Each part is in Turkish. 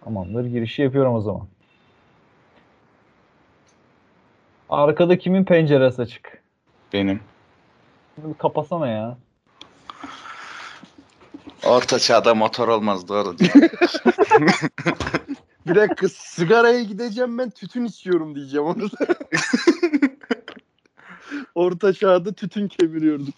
Tamamdır. Girişi yapıyorum o zaman. Arkada kimin penceresi açık? Benim. Bunu bir kapasana ya. Orta çağda motor olmaz, doğru diyor. Bir dakika, sigaraya gideceğim, ben tütün içiyorum diyeceğim orada. Orta çağda tütün kemiriyorduk.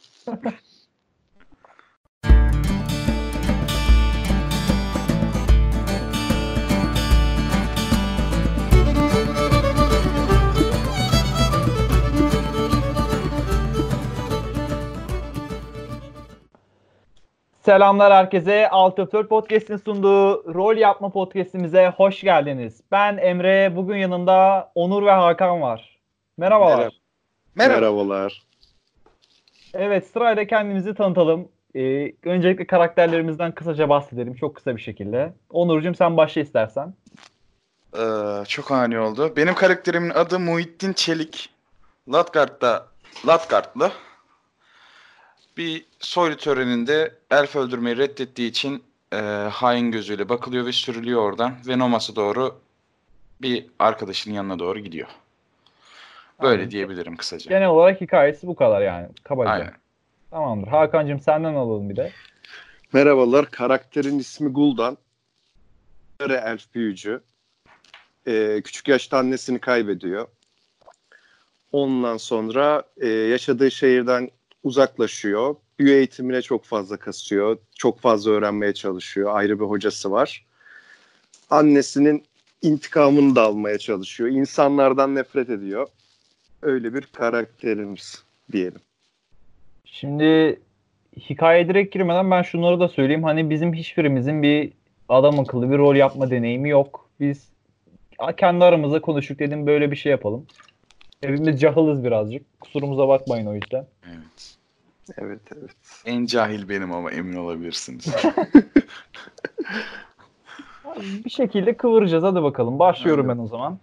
Selamlar herkese. Alt F4 Podcast'in sunduğu rol yapma podcast'imize hoş geldiniz. Ben Emre. Bugün yanımda Onur ve Hakan var. Merhabalar. Merhabalar. Evet, sırayla kendimizi tanıtalım. Öncelikle karakterlerimizden kısaca bahsedelim. Çok kısa bir şekilde. Onurcuğum sen başla istersen. Çok ani oldu. Benim karakterimin adı Muhittin Çelik. Latgardlı. Bir soylu töreninde elf öldürmeyi reddettiği için hain gözüyle bakılıyor ve sürülüyor oradan. Ve Nomas'a doğru bir arkadaşının yanına doğru gidiyor. Böyle Aynen. diyebilirim kısaca. Genel olarak hikayesi bu kadar yani. Kabaca. Aynen. Tamamdır. Hakan'cığım senden alalım bir de. Merhabalar, karakterin ismi Gul'dan. Elf büyücü. Küçük yaşta annesini kaybediyor. Ondan sonra yaşadığı şehirden uzaklaşıyor. Büyü eğitimine çok fazla kasıyor. Çok fazla öğrenmeye çalışıyor. Ayrı bir hocası var. Annesinin intikamını da almaya çalışıyor. İnsanlardan nefret ediyor. Öyle bir karakterimiz diyelim. Şimdi hikayeye direkt girmeden ben şunları da söyleyeyim. Hani bizim hiçbirimizin bir adam akıllı bir rol yapma deneyimi yok. Biz kendi aramızda konuştuk, dedim böyle bir şey yapalım. Hepimiz cahılız birazcık. Kusurumuza bakmayın o yüzden. Evet. Evet, evet. En cahil benim ama emin olabilirsiniz. Bir şekilde kıvıracağız. Hadi bakalım. Başlıyorum Aynen. ben o zaman.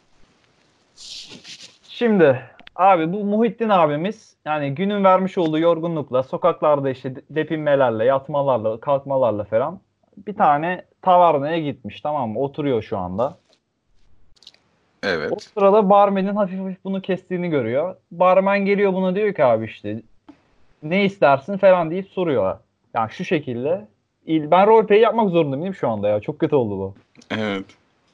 Şimdi abi bu Muhittin abimiz yani günün vermiş olduğu yorgunlukla sokaklarda işte depinmelerle, yatmalarla, kalkmalarla falan bir tane tavernaya gitmiş, tamam mı? Oturuyor şu anda. O Evet. sırada barmenin hafif hafif bunu kestiğini görüyor. Barmen geliyor, buna diyor ki abi işte ne istersin falan deyip soruyor. Yani şu şekilde. Ben roleplay yapmak zorundayım değil mi şu anda ya? Çok kötü oldu bu. Evet.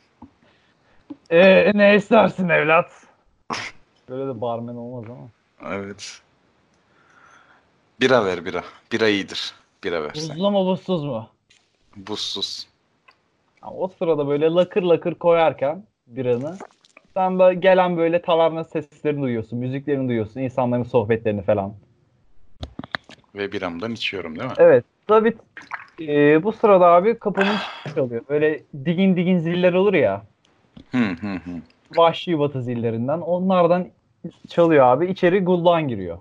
Ne istersin evlat? Böyle de barmen olmaz ama. Evet. Bira ver bira. Bira iyidir. Bira versen. Buzlu mu buzsuz mu? Buzsuz. Ama o sırada böyle lakır lakır koyarken biranı sen de gelen böyle taverna seslerini duyuyorsun, müziklerini duyuyorsun, insanların sohbetlerini falan. Ve biramdan içiyorum değil mi? Evet. Tabii bu sırada abi kapının çanı çalıyor. Böyle digin digin ziller olur ya. Hı. Vahşi Batı zillerinden. Onlardan çalıyor abi. İçeri Gul'dan giriyor.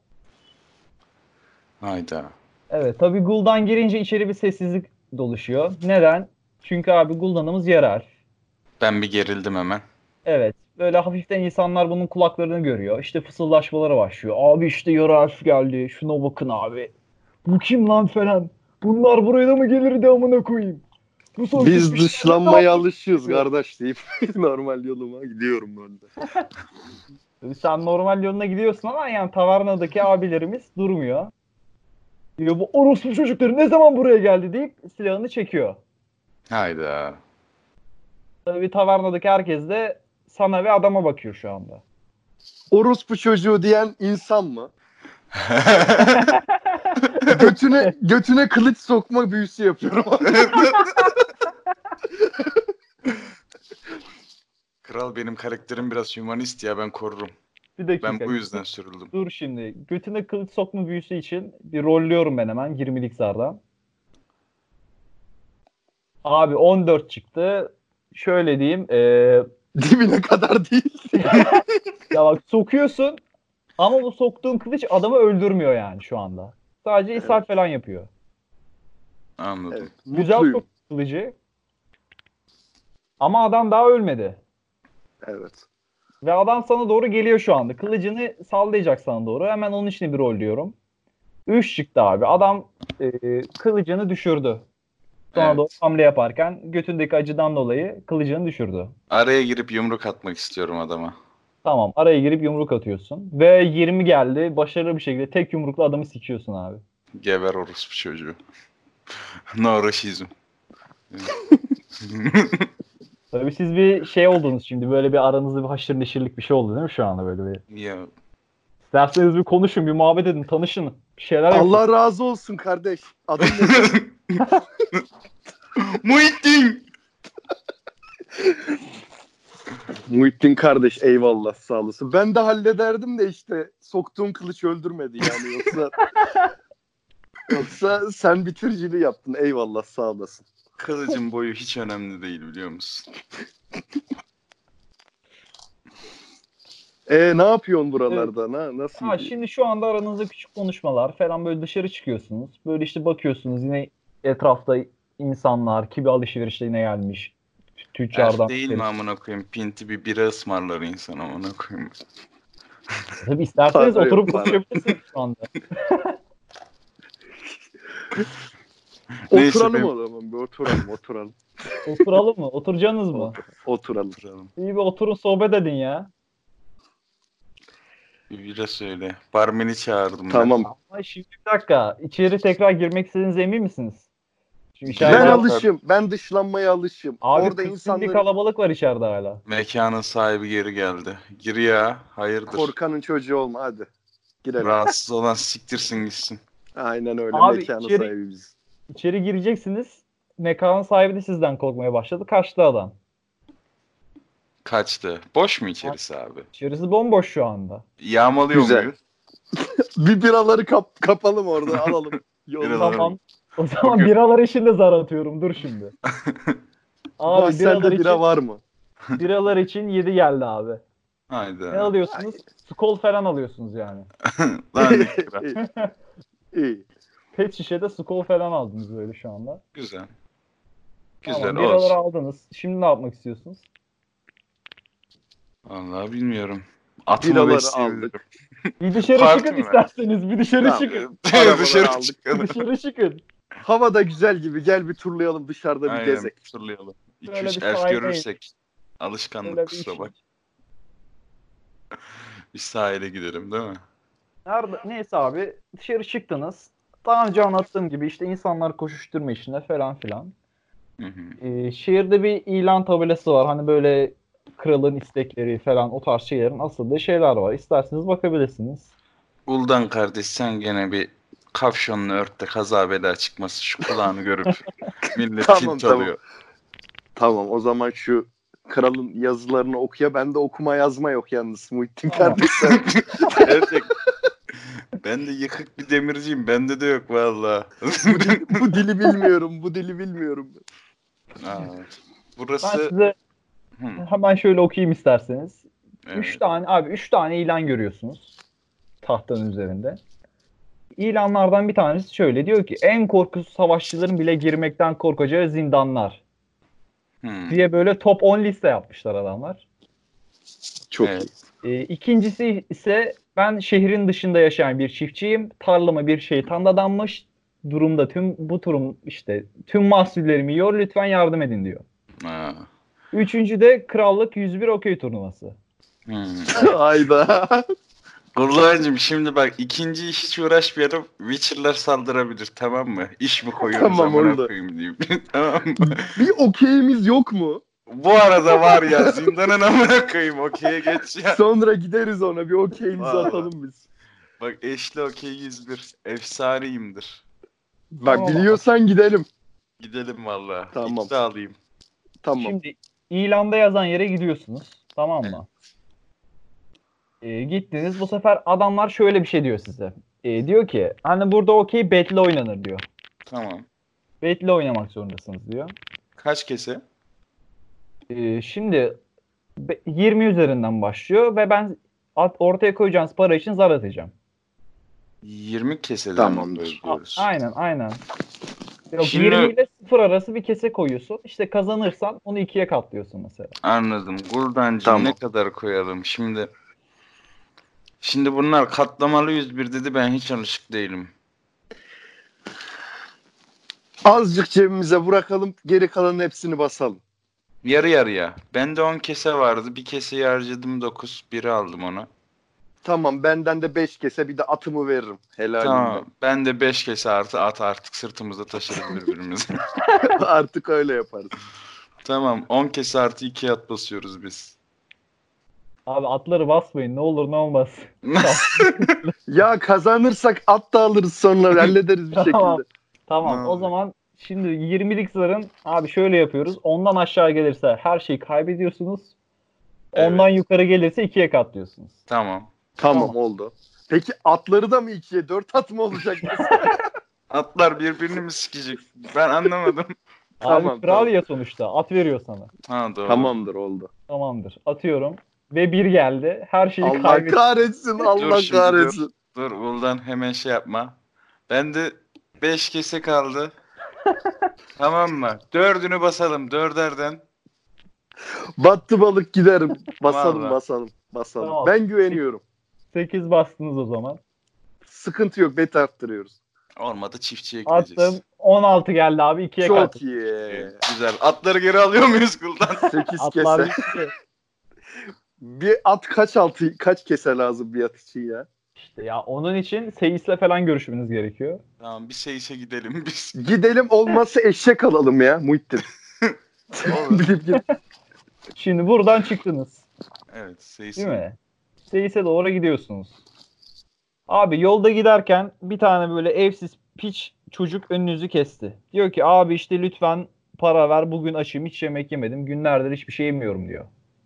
Hayda. Evet. Tabii Gul'dan girince içeri bir sessizlik doluşuyor. Neden? Çünkü abi Gul'danımız yerel. Ben bir gerildim hemen. Evet. Böyle hafiften insanlar bunun kulaklarını görüyor. İşte fısıldaşmalara başlıyor. Abi işte yarı elf geldi. Şuna bakın abi. Bu kim lan falan. Bunlar buraya da mı gelirdi amına koyayım? Bu son Biz çıkmış. dışlanmaya alışıyoruz kardeş deyip normal yoluma gidiyorum ben de. Sen normal yoluna gidiyorsun ama yani tavernadaki abilerimiz durmuyor. Diyor bu orospu çocukları ne zaman buraya geldi deyip silahını çekiyor. Hayda. Tabii tavernadaki herkes de sana ve adama bakıyor şu anda. Orospu çocuğu diyen insan mı? Götüne kılıç sokma büyüsü yapıyorum. Kral, benim karakterim biraz hümanist ya, ben korurum. Bir dakika. Ben bu yüzden sürüldüm. Dur şimdi. Götüne kılıç sokma büyüsü için bir rollüyorum ben hemen 20'lik zardan. Abi 14 çıktı. Şöyle diyeyim. Dibine kadar değil. Ya bak sokuyorsun ama bu soktuğun kılıç adamı öldürmüyor yani şu anda. Sadece ishal falan yapıyor. Anladım. Evet, Güzel mutluyum. sok kılıcı. Ama adam daha ölmedi. Evet. Ve adam sana doğru geliyor şu anda. Kılıcını sallayacak sana doğru. Hemen onun için bir rol diyorum. 3 çıktı abi. Adam kılıcını düşürdü. Sonra Evet. doğru hamle yaparken götündeki acıdan dolayı kılıcını düşürdü. Araya girip yumruk atmak istiyorum adama. Tamam, araya girip yumruk atıyorsun. Ve 20 geldi. Başarılı bir şekilde tek yumrukla adamı sikiyorsun abi. Geber orospu çocuğu. No racism. Tabii siz bir şey oldunuz şimdi. Böyle bir aranızda bir haşır neşirlik bir şey oldu değil mi şu anda böyle bir? Ya İsterseniz bir konuşun, bir muhabbet edin, tanışın. Bir şeyler yapın. Allah razı olsun kardeş. Adın ne? Muhittin. Muhittin kardeş, eyvallah, sağ olasın. Ben de hallederdim de işte soktuğum kılıç öldürmedi yani, yoksa sen bitiriciliği yaptın, eyvallah, sağ olasın. Kılıcın boyu hiç önemli değil biliyor musun? Ne yapıyorsun buralarda? Nasıl Ha, gidiyor? şimdi şu anda aranızda küçük konuşmalar falan, böyle dışarı çıkıyorsunuz. Böyle işte bakıyorsunuz yine etrafta insanlar, kimi alışverişte yine gelmiş. Tüccardan. Elf değil mi amına koyayım? Pinti bir bira ısmarlar insan amına koyayım. Tabii isterseniz Para yok, oturup para. konuşabilirsiniz şu anda. Neyse, Oturalım ben- o zaman, bir oturalım. Oturalım mı? Oturacaksınız mı? Oturalım. İyi bir oturun, sohbet edin ya. Bir bira söyle. Barmeni çağırdım Tamam. Ama şimdi bir dakika. İçeri tekrar girmek istediğinize emin misiniz? Çünkü Ben içeride alışım. Ben dışlanmaya alışım. abi Orada 40 bin bir insanların kalabalık var içeride hala. ben. Mekanın sahibi geri geldi. Gir ya. Hayırdır? korkanın çocuğu olma, hadi. Girelim. Rahatsız olan siktirsin gitsin. Aynen öyle, Abi mekanın içeri- sahibi biz. İçeri gireceksiniz. Mekanın sahibi de sizden korkmaya başladı. Kaçtı adam. Kaçtı. Boş mu içerisi abi? İçerisi bomboş şu anda. Yağmalıyor Güzel. muyuz? Bir biraları kapalım orada, alalım. Biraları- Yolda. Tamam. O zaman Bugün- biralar için de zar atıyorum. Dur şimdi. Abi Mahselde biralar bira için, var mı? biralar için 7 geldi abi. Haydi. Ne alıyorsunuz? Skol falan alıyorsunuz yani. Lan ne kira. İyi. Pet şişede skol falan aldınız böyle şu anda. Güzel. Tamam, Güzel biraları olsun. aldınız. Şimdi ne yapmak istiyorsunuz? Vallahi bilmiyorum. Atımı Biraları besleyebilirim. aldık. Bir dışarı Parti çıkın mi? isterseniz. Bir dışarı Tamam. çıkın. Arabaları Dışarı aldık. çıkalım. Dışarı çıkın. Hava da güzel gibi. Gel bir turlayalım dışarıda, bir Aynen, gezek. turlayalım. Böyle 2-3 bir elf sahile görürsek. Alışkanlık Böyle bir kusura iş. bak. Bir sahile gidelim değil mi? Nerede? Neyse abi, dışarı çıktınız. Daha önce anlattığım gibi işte insanlar koşuşturma işinde falan filan. Hı hı. Şehirde bir ilan tabelası var. Hani böyle kralın istekleri falan, o tarz şeylerin asıldığı şeyler var. İsterseniz bakabilirsiniz. Uldan kardeş sen gene bir kafşonlu ört de kaza bela çıkması şu kulağını görüp millet Tamam, tilt tamam. oluyor. Tamam, o zaman şu kralın yazılarını okuya. Bende okuma yazma yok yalnız Muhittin Tamam. kardeş. Sen- Gerçek. Ben de yıkık bir demirciyim. Bende de yok valla. bu dili bilmiyorum. Bu dili bilmiyorum. Aa, Ben burası size Hı, hemen şöyle okuyayım isterseniz. evet. 3 tane ilan görüyorsunuz tahtanın üzerinde. İlanlardan bir tanesi şöyle diyor ki, en korkusuz savaşçıların bile girmekten korkacağı zindanlar Hı, diye böyle top 10 liste yapmışlar adamlar. Çok evet. iyi. İkincisi ise, ben şehrin dışında yaşayan bir çiftçiyim. Tarlama bir şeytan dadanmış. Durumda tüm mahsullerimi yiyor. Lütfen yardım edin diyor. Aa, Üçüncü de krallık 101 okey turnuvası. hı. Hayda. Kullancım şimdi bak ikinci iş hiç uğraşmayalım. Witcher'lar saldırabilir tamam mı? İş mi koyuyoruz Tamam, amına oldu. koyayım diyeyim. Tamam mı? Bir okeyimiz yok mu? Bu arada var ya zindanın amına koyayım okey'e geç ya. Sonra gideriz ona. Bir okeyimizi Vallahi. atalım biz. Bak eşli okey 101. Efsaneyimdir. Bak, Tamam. biliyorsan gidelim. Gidelim valla. Tamam. İddialıyım. Tamam. Şimdi ilanda yazan yere gidiyorsunuz. Tamam mı? Gittiniz. Bu sefer adamlar şöyle bir şey diyor size. Diyor ki hani burada okey betle oynanır diyor. Tamam. Betle oynamak zorundasınız diyor. Kaç kese? Şimdi 20 üzerinden başlıyor ve ben ortaya koyacağınız para için zar atacağım. 20 keseden Tamamdır. mi bölüyoruz? Aynen. Yok, Şimdi- 20 ile 0 arası bir kese koyuyorsun. İşte kazanırsan onu 2'ye katlıyorsun mesela. Anladım. Guldancı Tamam. ne kadar koyalım? Şimdi bunlar katlamalı 101 dedi ben hiç alışık değilim. Azıcık cebimize bırakalım, geri kalanın hepsini basalım. Yarı yarıya. Bende 10 kese vardı. Bir keseyi harcadım 9. Biri aldım onu. Tamam, benden de 5 kese bir de atımı veririm. Helalimden. Tamam. Ben de 5 kese artı at artık sırtımızda taşırız birbirimizi. Artık öyle yaparız. Tamam. 10 kese artı 2 at basıyoruz biz. Abi atları basmayın ne olur ne olmaz. Ya kazanırsak at da alırız sonra, hallederiz bir Tamam. şekilde. Tamam Ne o olacak? zaman şimdi 20'lik zarın abi şöyle yapıyoruz. Ondan aşağı gelirse her şeyi kaybediyorsunuz. Ondan Evet. yukarı gelirse 2'ye katlıyorsunuz. Tamam. Tamam, Tamam. oldu. Peki atları da mı 2'ye 4 at mı olacak mesela? Atlar birbirini mi sikecek? Ben anlamadım. Tamam, Abi kral tamam. ya sonuçta at veriyor sana. Ha doğru. Tamamdır, oldu. Tamamdır atıyorum. Ve 1 geldi. Her şeyi Allah kaybettim. kahretsin, Allah şimdi, kahretsin. Dur buradan hemen şey yapma. Bende 5 kese kaldı. Tamam mı? 4'ünü basalım. 4'erden. Battı balık giderim. Basalım, Vallahi. basalım, basalım. Tamam. Ben güveniyorum. 8 bastınız o zaman. Sıkıntı yok, bet arttırıyoruz. Olmadı çiftçiye gideceğiz. Attım. 16 geldi abi. 2'ye Çok kattım. iyi. Güzel. Atları geri alıyor muyuz kuldan? 8 Atlar kese. gitti. Bir at kaç kese lazım bir at için ya? İşte ya onun için Seyis'le falan görüşmeniz gerekiyor. Tamam bir seyise gidelim biz. Gidelim, olmazsa eşek alalım ya Muhittin. Olur. Bilip git. Şimdi buradan çıktınız. Evet seyise. Değil mi? Seyis'e doğru gidiyorsunuz. Abi yolda giderken bir tane böyle evsiz piç çocuk önünüzü kesti. Diyor ki abi işte lütfen para ver bugün açım hiç yemek yemedim. Günlerdir hiçbir şey yemiyorum diyor.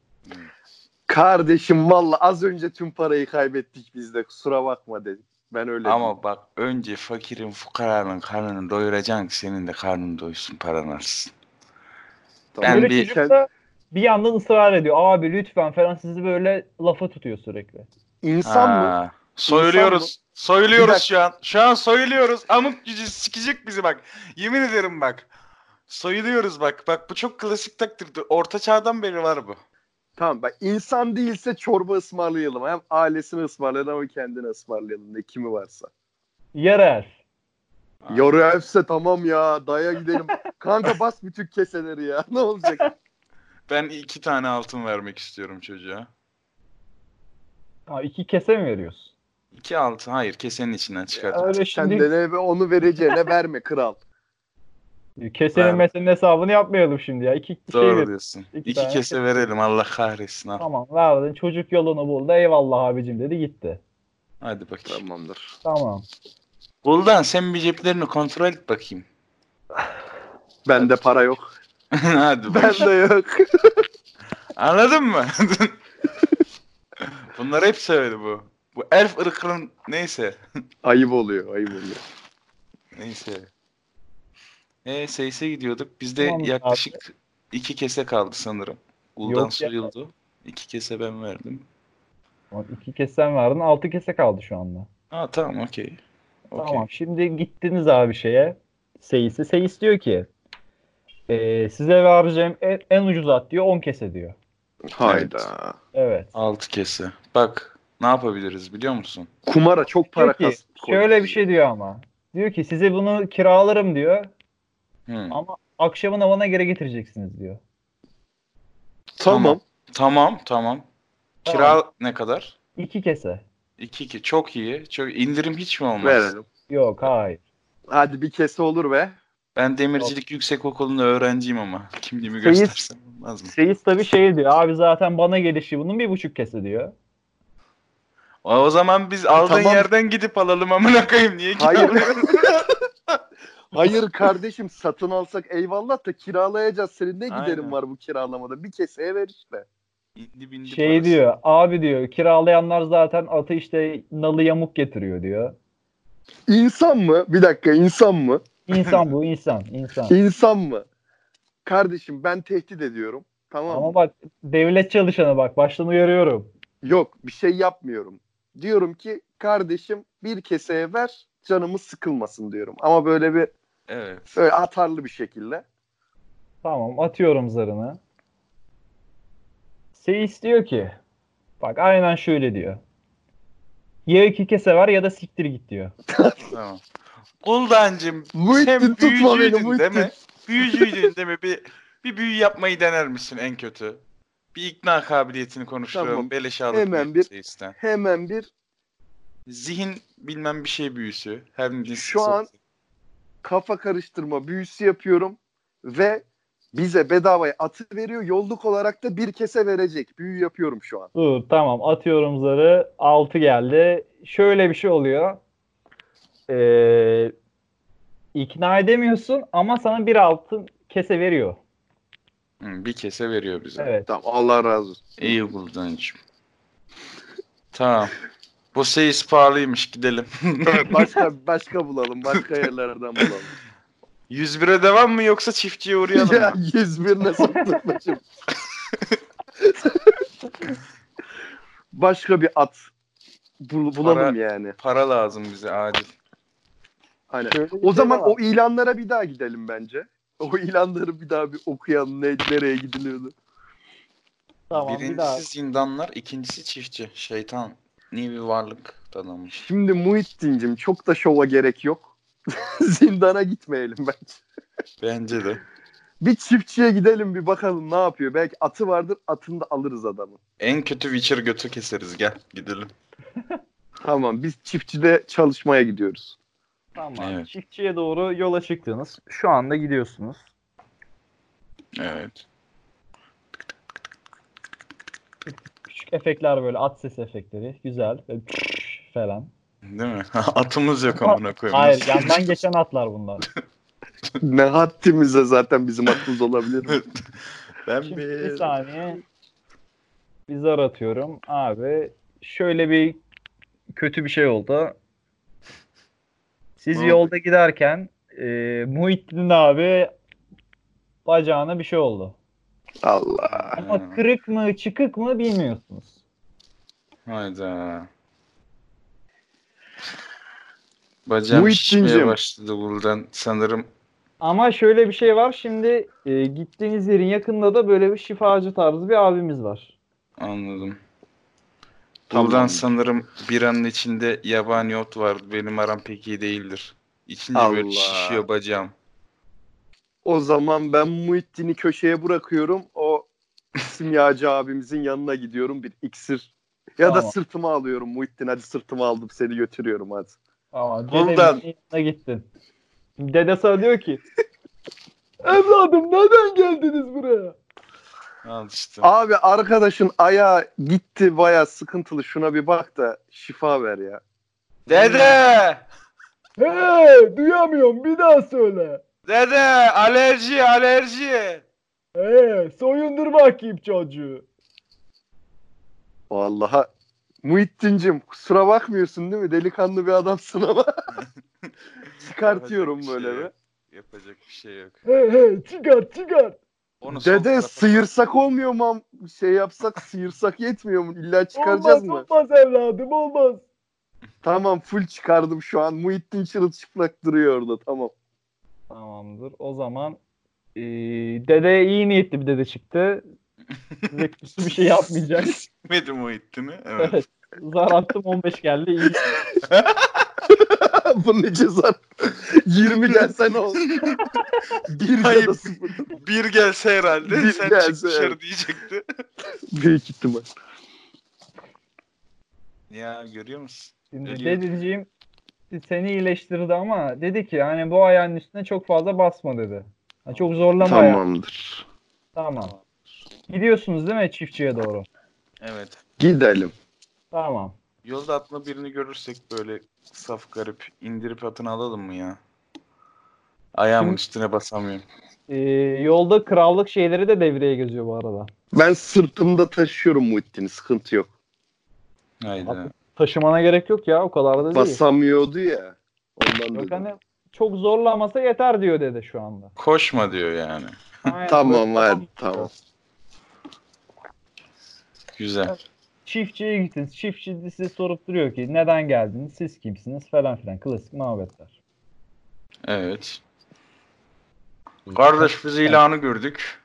Kardeşim valla az önce tüm parayı kaybettik biz de, kusura bakma dedik. Ben öyle diyeyim. Ama bak önce fakirin fukaranın karnını doyuracaksın ki senin de karnın doysun paran artsın. Tamam. Ben Böyle bir- çocuk da bir yandan ısrar ediyor. Abi lütfen falan sizi böyle lafa tutuyor sürekli. İnsan mı? Ha, soyuluyoruz. İnsan Bir Soyuluyoruz dakika. şu an. Şu an soyuluyoruz. Amık gücü sikecek bizi bak. Yemin ederim bak. Soyuluyoruz bak. Bak bu çok klasik takdirdir. Orta çağdan beri var bu. Tamam, bak insan değilse çorba ısmarlayalım. Hem ailesini ısmarlayalım hem kendini ısmarlayalım. Ne kimi varsa. Yerel. Yoru hepsi tamam ya, daya gidelim. Kanka bas bütün keseleri ya, ne olacak? Ben 2 tane altın vermek istiyorum çocuğa. Ha, 2 kese mi veriyorsun? 2 altın. Hayır kesenin içinden çıkartacağım. Öyle Sen şimdi de ne onu vereceğine verme kral. kesenin Ver. meselenin hesabını yapmayalım şimdi ya. 2 şey Doğru ver. diyorsun. İki 2 tane kese verelim. Allah kahretsin. Al. Tamam verdin. Çocuk yolunu buldu. Eyvallah abicim dedi gitti. Hadi bakayım. Tamamdır. Tamam. Buldan sen bir ceplerini kontrol et bakayım. Bende para yok. Hadi bak. Bende yok. Anladın mı? Bunlar hep söyledi bu. Bu elf ırkının neyse. Ayıp oluyor, ayıp oluyor. Neyse. Seyse gidiyorduk. Bizde Tamam yaklaşık 2 kese kaldı sanırım. Guldan Yok ya. soyuldu. 2 2 ben verdim. 2 kesen verdin. 6 kese kaldı şu anda. Ha tamam okey. Okey. Tamam. Şimdi gittiniz abi şeye. Seyis'e. Seyis diyor ki size vereceğim en ucuz at diyor. 10 kese diyor. Hayda. Evet. 6 kese. Bak ne yapabiliriz biliyor musun? Kumara çok para Diyor ki şöyle bir şey diyor ama. Diyor ki size bunu kiralarım diyor. Hı. Ama akşamına bana geri getireceksiniz diyor. Tamam. Tamam. Kira ne kadar? 2 kese. 2 çok iyi. Çok indirim hiç mi olmaz? Verelim. Yok hayır. Hadi bir kese olur be. Ben demircilik yüksek okulunda öğrenciyim ama kimliğimi Seyis- göstersem olmaz mı? Seyis tabii şey diyor. Abi zaten bana gelişi bunun 1,5 kese diyor. O zaman biz aldığın Tamam. yerden gidip alalım amına koyayım. Niye Hayır. kiralıyorsun? Hayır kardeşim, satın alsak eyvallah da kiralayacağız. Senin ne giderin Aynen. var bu kiralamada? Bir keseye ver işte. İndi bindi Şey parası. diyor. Abi diyor kiralayanlar zaten atı işte nalı yamuk getiriyor diyor. İnsan mı? Bir dakika, insan mı? İnsan bu insan. İnsan. İnsan mı? Kardeşim ben tehdit ediyorum. Tamam Ama mı? bak devlet çalışanı bak baştan uyarıyorum. Yok, bir şey yapmıyorum. Diyorum ki kardeşim bir keseye ver, canımız sıkılmasın diyorum. Ama böyle Evet. böyle atarlı bir şekilde. Tamam atıyorum zarını. Seyis diyor ki bak aynen şöyle diyor. Ya 2 kese ver ya da siktir git diyor. Tamam. Kuldancım Muhittin sen tutma beni büyücüydün değil mi? Muhittin. Büyücüydün değil mi? Bir büyü yapmayı dener misin en kötü? Bir ikna kabiliyetini konuşturalım. Tamam. Beleşe alıp Hemen bir Seyis'ten. hemen bir Zihin bilmem bir şey büyüsü. Her ne şu an kafa karıştırma büyüsü yapıyorum ve bize bedavaya atı veriyor. Yolluk olarak da bir kese verecek. Büyü yapıyorum şu an. Dur tamam atıyorum zarı. 6 geldi. Şöyle bir şey oluyor. İkna edemiyorsun ama sana bir altın kese veriyor. bir kese veriyor bize. Evet. Tamam, Allah razı olsun. İyi Kuldancım. Tamam. Bu Seyis pahalıymış, gidelim. Başka bulalım. Başka yerlerden bulalım. 101'e devam mı yoksa çiftçiye uğrayalım Ya mı? 101 ne sattıklaşım. Başka bir at bulalım Para- yani. Para lazım bize acil. Hani Şöyle bir o şey zaman var. o ilanlara bir daha gidelim bence. O ilanları bir daha bir okuyalım. Nereye gidiliyordu? Tamam bir daha. Birincisi zindanlar, ikincisi çiftçi. Şeytan niye bir varlık tanımış. Şimdi Muhittin'cim çok da şova gerek yok. Zindana gitmeyelim bence. Bence de. Bir çiftçiye gidelim bir bakalım ne yapıyor. Belki atı vardır, atını da alırız adamın. En kötü Witcher götü keseriz, gel gidelim. Tamam, biz çiftçide çalışmaya gidiyoruz. Tamam. Evet. Çiftçiye doğru yola çıktınız. Şu anda gidiyorsunuz. Evet. Küçük efektler böyle at sesi efektleri. Güzel. Böyle falan. Değil mi? Atımız yok amına koyayım. Hayır yandan geçen atlar bunlar. Ne haddimize zaten bizim aklımız olabilir mi? Ben Şimdi bir saniye. Bir zar atıyorum. Abi şöyle bir kötü bir şey oldu. Siz Ne yolda giderken Muhittin abi bacağına bir şey oldu. Allah. Ama kırık mı çıkık mı bilmiyorsunuz. Hayda. Bacağım şişmeye Muhittincim. başladı buradan sanırım. Ama şöyle bir şey var. Şimdi gittiğiniz yerin yakında da böyle bir şifacı tarzı bir abimiz var. Anladım. Tamam. Buradan sanırım bir anın içinde yabani ot var. Benim aram pek iyi değildir. İçince böyle Allah. şişiyor bacağım. O zaman ben Muhittin'i köşeye bırakıyorum. O simyacı abimizin yanına gidiyorum. Bir iksir. Ya da Tamam. sırtıma alıyorum. Muhittin hadi sırtıma aldım seni götürüyorum hadi. Ama Buradan. dedemin yanına gittin. Dede sana diyor ki evladım neden geldiniz buraya? Al işte. Abi arkadaşın ayağı gitti baya sıkıntılı. Şuna bir bak da şifa ver ya. Dede! Hey duyamıyorum bir daha söyle. Dede! Alerji! Hey soyundur bakayım çocuğu. Vallahi Muhittincim kusura bakmıyorsun değil mi? Delikanlı bir adamsın ama. Çıkartıyorum Yapacak bir böyle şey bir. yok. Yapacak bir şey yok. Hey çıkar. Onu sol Dede tarafa sıyırsak olmuyor mu? Şey yapsak sıyırsak yetmiyor mu? İlla çıkaracağız mı? Olmaz evladım olmaz. Tamam full çıkardım şu an. Muhittin çırılçıplak duruyor orada tamam. Tamamdır. O zaman dede iyi niyetli bir dede çıktı. Size kötü bir şey yapmayacak. Sikmedi Muhittin'i. Evet. Evet. Zar attım 15 geldi. İyi. Bunun için zar. 20 gelse ne olur? 1 Hayır. ya da 0. Bir gelse herhalde Bir sen gelse, çık dışarı evet. diyecekti. Büyük ihtimal. Ya görüyor musun? Şimdi Ölüyor. dedeciğim seni iyileştirdi ama dedi ki hani bu ayağın üstüne çok fazla basma dedi. Ha, çok zorlama ayağı. Tamamdır. Tamam. Gidiyorsunuz değil mi çiftçiye doğru? Evet. Gidelim. Tamam. Yolda atma birini görürsek böyle saf garip indirip atını alalım mı ya? Ayağımın Şimdi- üstüne basamıyorum. Yolda krallık şeyleri de devreye geziyor bu arada. Ben sırtımda taşıyorum Muhittin'i. Sıkıntı yok. Haydi. Taşımana gerek yok ya o kadar da değil. Basamıyordu ya. Ondan Yok dedim. hani çok zorlamasa yeter diyor dede şu anda. Koşma diyor yani. Aynen, Tamam böyle hadi tamam. Güzel. Çiftçiye gittiniz. Çiftçi size sorup duruyor ki neden geldiniz, siz kimsiniz falan filan. Klasik muhabbetler. Evet. Kardeş biz ilanı gördük.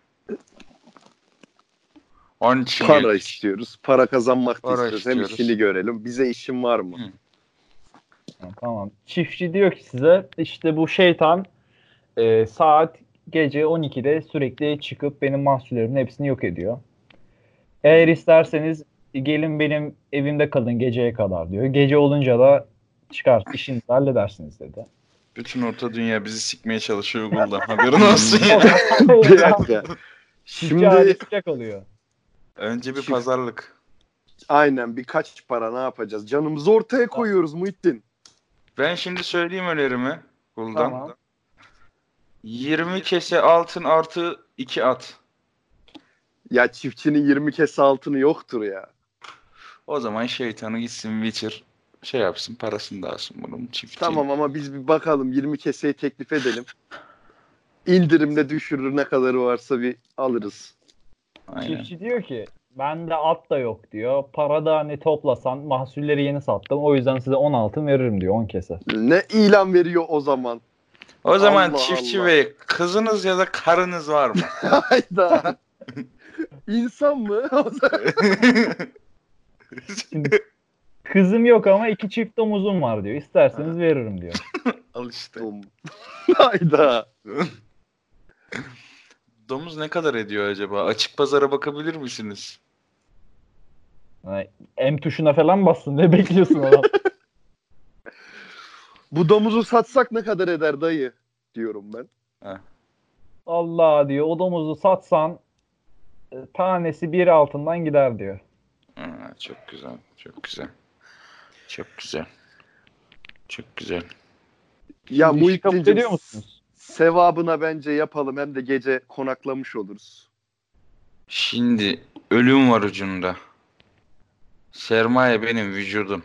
Onun için Para geldik. istiyoruz. Para kazanmak da Para istiyoruz. Hem istiyoruz. işini görelim. Bize işin var mı? Hı. Tamam. Çiftçi diyor ki size işte bu şeytan saat gece 12'de sürekli çıkıp benim mahsullerimin hepsini yok ediyor. Eğer isterseniz gelin benim evimde kalın geceye kadar diyor. Gece olunca da çıkar işinizi halledersiniz dedi. Bütün orta dünya bizi sikmeye çalışıyor Google'da. Haberin olsun ya. Bir dakika. Çiftçi Şimdi ailesi sıcak oluyor. Önce bir Çift- pazarlık. aynen birkaç para ne yapacağız? Canımızı ortaya koyuyoruz Muhittin. Ben şimdi söyleyeyim önerimi Google'dan. Tamam. 20 kese altın artı 2 at. Ya çiftçinin 20 kese altını yoktur ya. O zaman şeytanı gitsin Witcher şey yapsın, parasını da alsın bunun çiftçi. Tamam ama biz bir bakalım 20 keseyi teklif edelim. İndirimde düşürür ne kadarı varsa bir alırız. Aynen. Çiftçi diyor ki bende at da yok diyor. Para da ne toplasan mahsulleri yeni sattım. O yüzden size 10 altın veririm diyor 10 kese. Ne ilan veriyor o zaman? O zaman Allah çiftçi Allah. bey, kızınız ya da karınız var mı? Hayda. İnsan mı? Şimdi kızım yok ama 2 çift domuzum var diyor. İsterseniz veririm diyor. Al işte. Hayda. Domuz ne kadar ediyor acaba? Açık pazara bakabilir misiniz? Yani M tuşuna falan bassın. Ne bekliyorsun adam? Bu domuzu satsak ne kadar eder dayı? Diyorum ben. Allah diyor o domuzu satsan tanesi bir altından gider diyor. Çok güzel, çok güzel. Çok güzel. Çok güzel. Ya Şimdi işi kabul Muhittin'cim ediyor musunuz? sevabına bence yapalım hem de gece konaklamış oluruz. Şimdi ölüm var ucunda. Sermaye benim vücudum.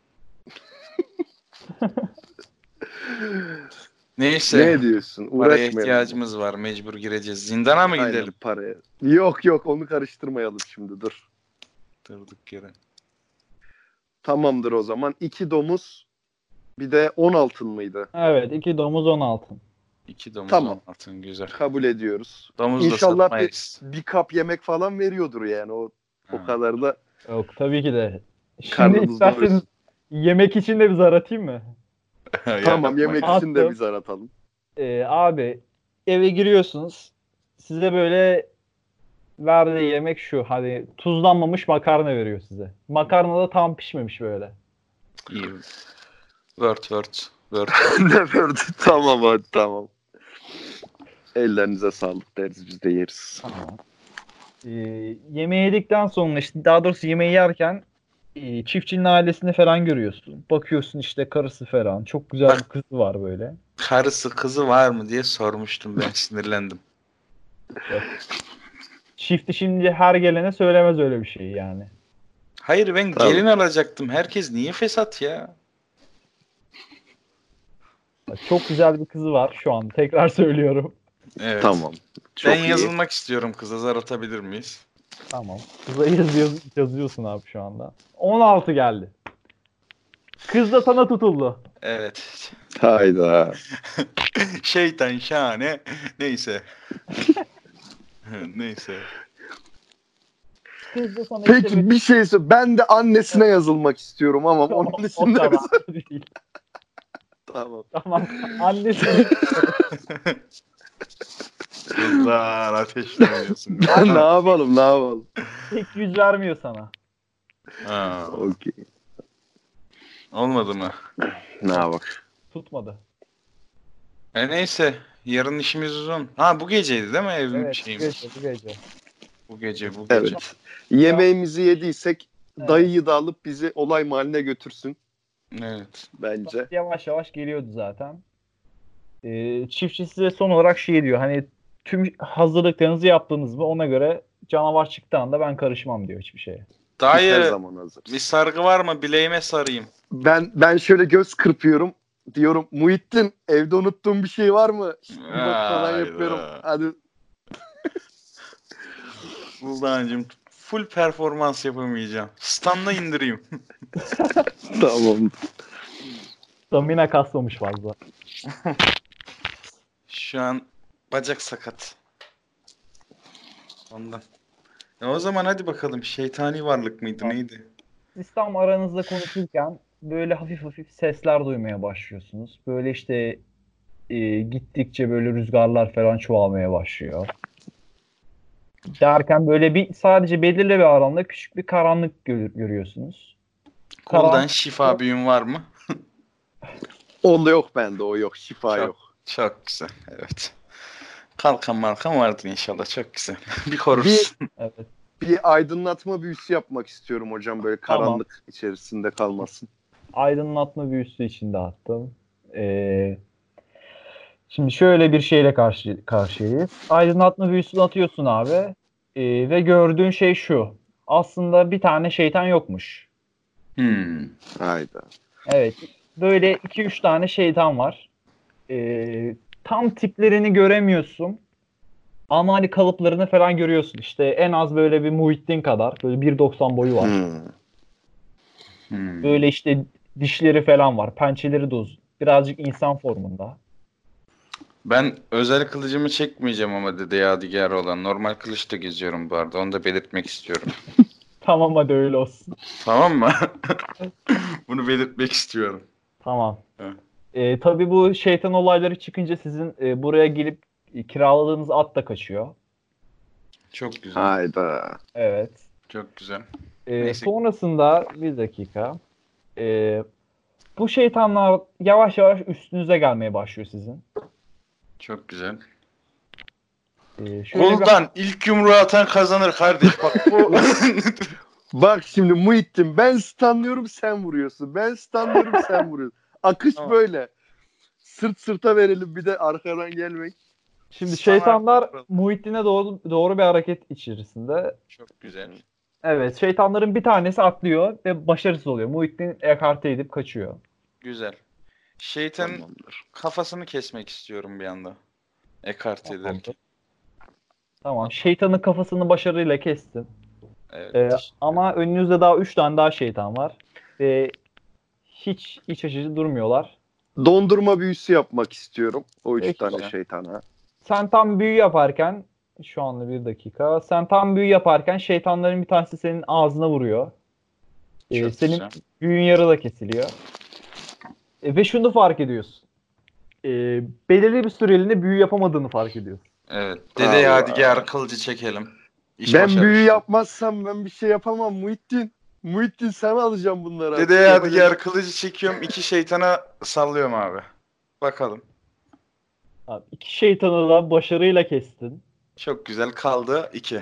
Neyse. Ne diyorsun? Paraya Uğraşmayalım. ihtiyacımız var. Mecbur gireceğiz. Zindana mı Aynen, gidelim? paraya. Yok onu karıştırmayalım şimdi dur. Durduk yere. Tamamdır o zaman. 2 domuz bir de 10 altın mıydı? Evet 2 domuz 10 altın. 2 domuz Tamam. altın güzel. Kabul ediyoruz. Domuz da İnşallah satmayız. bir kap yemek falan veriyordur yani. O Ha. kadar da Yok tabii ki de. Şimdi karnımız isterseniz doyursun. yemek için de bir zar atayım mı? Tamam yemek için de Attım. bir zar atalım. Abi eve giriyorsunuz. Size böyle verdiği yemek şu. Hani tuzlanmamış makarna veriyor size. Makarna da tam pişmemiş böyle. İyi. Word. Ne verdi? Tamam hadi tamam. Ellerinize sağlık deriz biz de yeriz. Tamam. Yemeği yedikten sonra işte daha doğrusu yemeği yerken çiftçinin ailesini falan görüyorsun. Bakıyorsun işte karısı falan. Çok güzel bir kızı var böyle. Karısı kızı var mı diye sormuştum ben sinirlendim. Çifti şimdi her gelene söylemez öyle bir şey yani. Hayır ben Tamam. gelin alacaktım. Herkes niye fesat ya? Bak, çok güzel bir kızı var şu an. Tekrar söylüyorum. Evet. Tamam. Çok Ben iyi. yazılmak istiyorum kıza. Zar atabilir miyiz? Tamam. Kıza yazıyorsun abi şu anda. 16 geldi. Kız da sana tutuldu. Evet. Hayda. Şeytan şahane. Neyse. Neyse. Kız da sana işte Peki bir şey söyle. Ben de annesine yazılmak istiyorum ama Tamam, onun o için de kadar değil. Tamam. Tamam. Annesi Kızlar ateşlemiyorsun. Ne yapalım? tek yüz vermiyor sana. Ha, Okey. olmadı mı? Ne bak. Tutmadı. Neyse. Yarın işimiz uzun. Ha bu geceydi değil mi evim Evet, bu şeyimiz? gece, bu gece. Bu gece. Evet. Yemeğimizi yediysek Evet. dayıyı da alıp bizi olay mahalline götürsün Evet. bence. Yavaş yavaş geliyordu zaten. Çiftçi size son olarak şey diyor. Hani tüm hazırlıklarınızı yaptınız mı? Ona göre canavar çıktığı anda ben karışmam diyor hiçbir şeye. Biz her Dayı zaman hazırız. bir sargı var mı? Bileğime sarayım. Ben şöyle göz kırpıyorum. Diyorum Muhittin evde unuttuğum bir şey var mı? Bir bak falan Hayda. yapıyorum. Hadi Buldancığım full performans yapamayacağım. Stand'a indireyim. tamam. Stamina kasmamış fazla. Şu an bacak sakat. Ondan. O zaman hadi bakalım. Şeytani varlık mıydı Tamam. neydi? Siz tam aranızda konuşurken böyle hafif hafif sesler duymaya başlıyorsunuz. Böyle işte gittikçe böyle rüzgarlar falan çoğalmaya başlıyor. Derken böyle bir sadece belirli bir alanda küçük bir karanlık görüyorsunuz. Gul'dan Karanlık şifa büyün var mı? Onda yok bende, o yok. Şifa Çok, yok. çok güzel. Evet. Kalkan malkan vardır inşallah. Çok güzel. Bir Bir korursun. evet, bir aydınlatma büyüsü yapmak istiyorum hocam, böyle tamam. karanlık içerisinde kalmasın. Aydınlatma büyüsü içinde attım. Ee, Şimdi şöyle bir şeyle karşıyayız. Aydınlatma büyüsünü atıyorsun abi. Ve gördüğün şey şu. Aslında bir tane şeytan yokmuş. Hmm. Hayda. Evet. Böyle iki üç tane şeytan var. Tam tiplerini göremiyorsun. Ama hani kalıplarını falan görüyorsun. İşte en az böyle bir Muhittin kadar. Böyle 1,90 boyu var. Hmm. Hmm. Böyle işte dişleri falan var. Pençeleri de uzun. Birazcık insan formunda. Ben özel kılıcımı çekmeyeceğim ama Dede Yadigar olan. Normal kılıçla geziyorum bu arada. Onu da belirtmek istiyorum. Tamam hadi öyle olsun. Tamam mı? Bunu belirtmek istiyorum. Tamam. Evet. Tabii bu şeytan olayları çıkınca sizin buraya gelip kiraladığınız at da kaçıyor. Çok güzel. Hayda. Evet. Çok güzel. Neyse. Sonrasında bir dakika. E, Bu şeytanlar yavaş yavaş üstünüze gelmeye başlıyor sizin. Çok güzel. Şöyle bir Gul'dan ilk yumruğu atan kazanır kardeş. Bak bu. Bak şimdi Muhittin, ben stunlıyorum sen vuruyorsun. Ben stunlıyorum sen vuruyorsun. Akış Tamam. böyle. Sırt sırta verelim, bir de arkadan gelmek. Şimdi Standart şeytanlar kural. Muhittin'e doğru bir hareket içerisinde. Çok güzel. Evet, şeytanların bir tanesi atlıyor ve başarısız oluyor. Muhittin ekarte edip kaçıyor. Güzel. Şeytanın Tamamdır. kafasını kesmek istiyorum bir anda. Ekart ederken. Tamamdır. Tamam, şeytanın kafasını başarıyla kestin. Evet. Ama önünüzde daha 3 tane daha şeytan var. Ve hiç iç açıcı durmuyorlar. Dondurma büyüsü yapmak istiyorum. O üç Peki. tane şeytana. Sen tam büyü yaparken şu anda bir dakika. Sen tam büyü yaparken şeytanların bir tanesi senin ağzına vuruyor. Çok Senin güzel. büyün yarıda kesiliyor. Ve şunu fark ediyorsun. E, Belirli bir süreliğine büyü yapamadığını fark ediyorsun. Evet. Dede Allah. Yadigar kılıcı çekelim. İş Ben büyü başarısı. yapmazsam ben bir şey yapamam Muhittin. Muhittin, sen alacaksın bunları Dede artık. Yapacak. Yadigar kılıcı çekiyorum. 2 şeytana sallıyorum abi. Bakalım. Abi, iki şeytanı da başarıyla kestin. Çok güzel. Kaldı 2.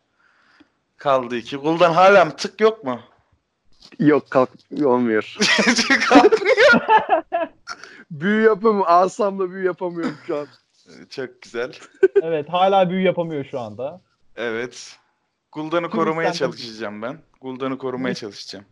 Kaldı 2. Gul'dan hala mı tık yok mu? Yok, kalk olmuyor. Kalkmıyor. Büyü yapamıyorum. Asamla büyü yapamıyorum şu an. Çok güzel. Evet, hala büyü yapamıyor şu anda. Evet. Gul'dan'ı Tüm korumaya istendim. çalışacağım ben. Gul'dan'ı korumaya çalışacağım.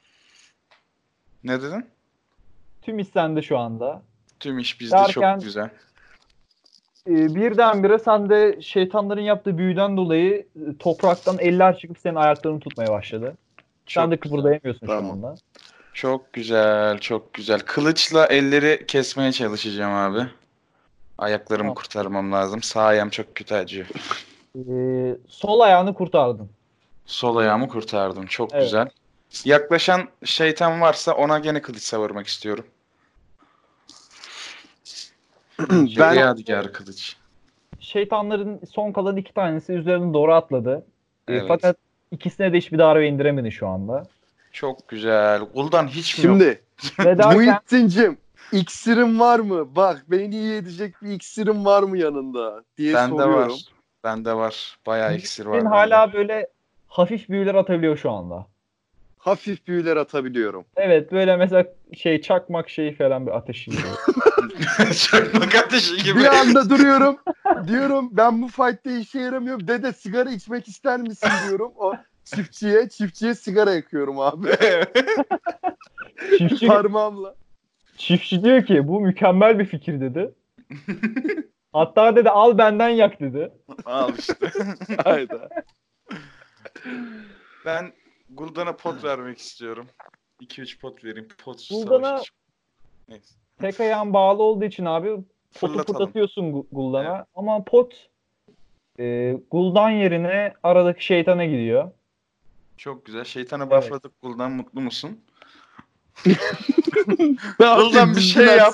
Ne dedin? Tüm istendi şu anda. Tüm iş bizde, çok Derken güzel. birdenbire sen de şeytanların yaptığı büyüden dolayı topraktan eller çıkıp senin ayaklarını tutmaya başladı. Sen de Çok güzel. kıpırdayamıyorsun şu Tamam. anda. Çok güzel. Çok güzel. Kılıçla elleri kesmeye çalışacağım abi. Ayaklarımı Tamam. kurtarmam lazım. Sağ ayağım çok kötü acıyor. Sol ayağını kurtardın. Sol ayağımı kurtardım. Çok Evet. güzel. Yaklaşan şeytan varsa ona gene kılıç savurmak istiyorum. Dede Ben Yadigar kılıç. Şeytanların son kalan iki tanesi üzerine doğru atladı. Evet. Fakat ikisine de hiçbir darbe indiremedin şu anda. Çok güzel. Gul'dan hiç mi yok? şimdi Ve derken Muhittin'cim, iksirin var mı? Bak, beni iyi edecek bir iksirin var mı yanında diye Bende soruyorum. var. Bende var. Bayağı iksir Muhittin var bende. hala böyle hafif büyüler atabiliyor şu anda. Hafif büyüler atabiliyorum. Evet, böyle mesela çakmak şeyi falan bir ateşi gibi. Çakmak ateşi gibi. Bir anda duruyorum. Diyorum ben bu fight'te işe yaramıyorum. Dede, sigara içmek ister misin diyorum. O çiftçiye sigara yakıyorum abi. Çiftçi, Parmağımla. çiftçi diyor ki bu mükemmel bir fikir dedi. Hatta dedi al benden yak dedi. Al işte. Hayda. Ben Gul'dan'a pot vermek istiyorum. 2-3 pot vereyim. Pot Gul'dan'a savaşı. Neyse. tek ayağın bağlı olduğu için abi potu Fırlatalım. fırlatıyorsun Gul'dan'a. Ama pot Gul'dan yerine aradaki şeytana gidiyor. Çok güzel. Şeytana Evet. buffladık Gul'dan. Mutlu musun? Gul'dan bir şey yap.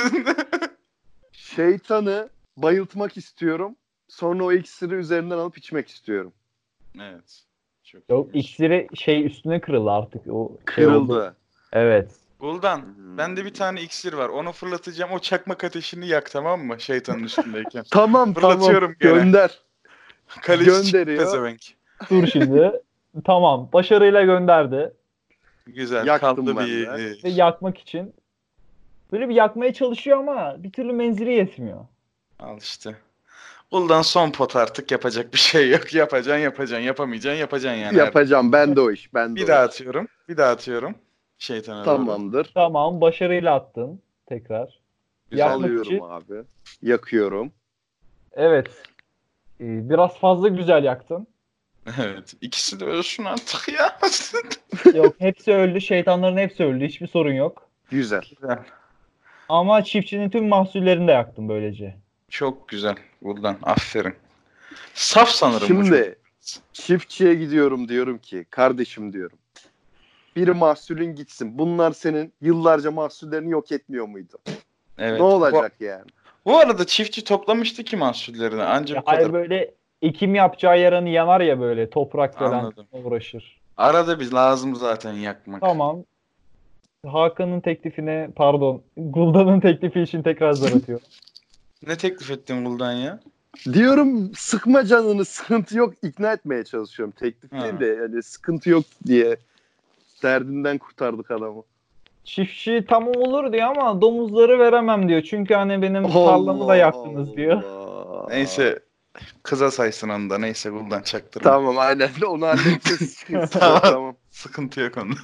Şeytanı bayıltmak istiyorum. Sonra o iksiri üzerinden alıp içmek istiyorum. Evet. Çok Yok, iyiymiş. iksiri üstüne kırıldı artık. O şey oldu. Kırıldı. Evet. Gul'dan bende bir tane iksir var. Onu fırlatacağım. O çakmak ateşini yak, tamam mı? Şeytanın üstündeyken. Tamam Fırlatıyorum gene. gönder. Kaleci Gönderiyor. pezevenk. Dur şimdi. Tamam. Başarıyla gönderdi. Güzel. Yaktım Kaldı ben bir. de. Ve yakmak için böyle bir yakmaya çalışıyor ama bir türlü menzili yetmiyor. Al işte. Gul'dan son pot artık, yapacak bir şey yok. Yapacaksın. Yapamayacaksın yani. Yapacağım. Ben de o iş. Bir daha atıyorum. Bir daha atıyorum. Şeytana doğru. Tamamdır. Tamam. Başarıyla attın. Tekrar. Güzel. Yakmak Alıyorum için. abi. Yakıyorum. Evet. Biraz fazla güzel yaktın. Evet. İkisi de ölsün artık ya. Yok, hepsi öldü. Şeytanların hepsi öldü. Hiçbir sorun yok. Güzel. Güzel. Ama çiftçinin tüm mahsullerini de yaktım böylece. Çok güzel. Gul'dan. Aferin. Saf sanırım bu çocuk. Şimdi çiftçiye gidiyorum, diyorum ki kardeşim diyorum. Bir mahsulün gitsin. Bunlar senin yıllarca mahsullerini yok etmiyor muydu? Evet. Ne olacak yani? Bu arada çiftçi toplamıştı ki mahsullerini. Anca bu Hayır, kadar. böyle ekim yapacağı yerini yanar ya, böyle toprak falan Anladım. uğraşır. Arada biz lazım zaten yakmak. Tamam. Hakan'ın teklifine, pardon, Gulda'nın teklifi için tekrar zar atıyorum. Ne teklif ettin Gul'dan ya? Diyorum sıkma canını, sıkıntı yok, ikna etmeye çalışıyorum. Teklif Ha. değil de yani sıkıntı yok diye derdinden kurtardık adamı. Çiftçi tamam olur diyor ama domuzları veremem diyor. Çünkü hani benim tarlamı da yaktınız diyor. Allah. Neyse, kıza saysın onu da. Neyse, Gul'dan çaktırma. Tamam, aynen onu halledeceğiz. Tamam. Tamam. Sıkıntı yok onda.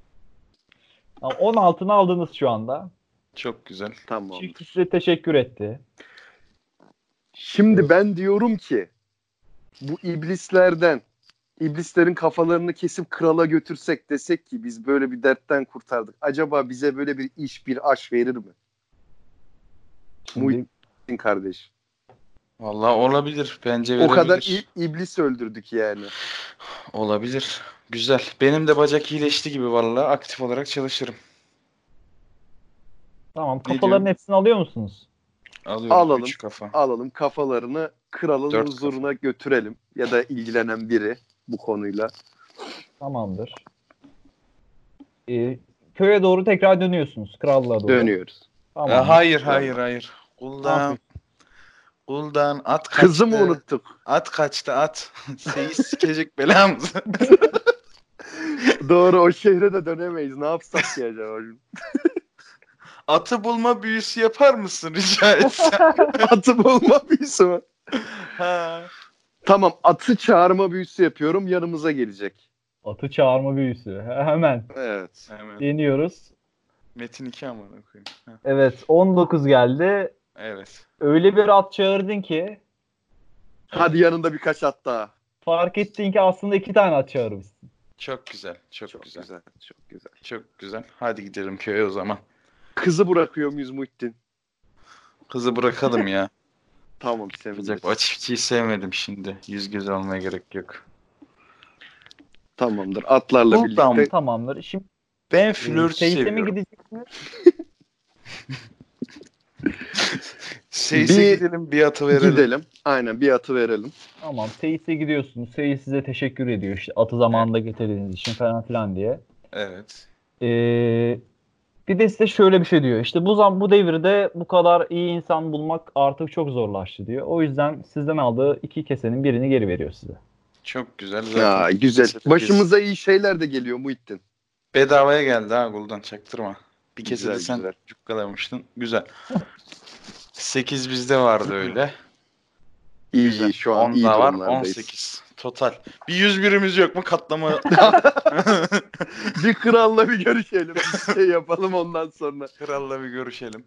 Ama 16'ını aldınız şu anda. Çok güzel. Tamam. Çiftçi size teşekkür etti. Şimdi ben diyorum ki bu iblislerin kafalarını kesip krala götürsek, desek ki biz böyle bir dertten kurtardık. Acaba bize böyle bir iş, bir aş verir mi? Şimdi Muhittin kardeş. Vallahi olabilir. Bence O verebilir. kadar iblis öldürdük yani. Olabilir. Güzel. Benim de bacak iyileşti gibi vallahi. Aktif olarak çalışırım. tamam, diyorsun? kafaların hepsini alıyor musunuz? Alıyorum. Alalım. 3 kafa. Alalım, kafalarını kralın 4 huzuruna götürelim. Ya da ilgilenen biri bu konuyla. Tamamdır. Köye doğru tekrar dönüyorsunuz. Krallığa doğru. Dönüyoruz. Tamam. Hayır. Gul'dan. Gul'dan at kaçtı. Kızı mı unuttuk? At kaçtı at. Seyis sikecek belamızı. Doğru, o şehre de dönemeyiz. Ne yapsak ki acaba? Atı bulma büyüsü yapar mısın rica etsem? Atı bulma büyüsü mü? Ha. Tamam, atı çağırma büyüsü yapıyorum. Yanımıza gelecek. Atı çağırma büyüsü. Hemen Evet. Hemen. deniyoruz. Metin 2 amına koyayım. Ha. Evet, 19 geldi. Evet. Öyle bir at çağırdın ki Hadi yanında birkaç at daha. fark ettin ki aslında 2 tane at çağırmışsın. Çok güzel. Çok Çok güzel. güzel. Çok güzel. Çok güzel. Hadi gidelim köye o zaman. Kızı bırakıyor muyuz Muhittin? Kızı bırakalım ya. Tamam, Yapacak. sevindim. O çiftçiyi sevmedim şimdi. Yüz göz almaya gerek yok. Tamamdır. Atlarla Buradan birlikte. Tamamdır. Şimdi Ben flört Seyit'e mi seviyorum. gideceksiniz? Seyis'e gidelim, bir atı verelim. Gidelim. Aynen, bir atı verelim. Tamam, Seyit'e gidiyorsunuz. Seyit size teşekkür ediyor işte atı zamanında getirdiğiniz için falan filan diye. Evet. Bir de size şöyle bir şey diyor. İşte bu devirde bu kadar iyi insan bulmak artık çok zorlaştı diyor. O yüzden sizden aldığı 2 kesenin birini geri veriyor size. Çok güzel. Ya, güzel. Kesin. Başımıza iyi şeyler de geliyor Muhittin. Bedavaya geldi ha Gul'dan, çaktırma. Bir kese Güzel, de sen güzel. cukkalamıştın. Güzel. 8 bizde vardı öyle. İyi, Güzel. iyi, şu an 10 iyi daha var. durumlardayız. 18. Total. Bir 101'imiz yok mu katlama? Bir kralla bir görüşelim. Bir şey yapalım ondan sonra. Kralla bir görüşelim.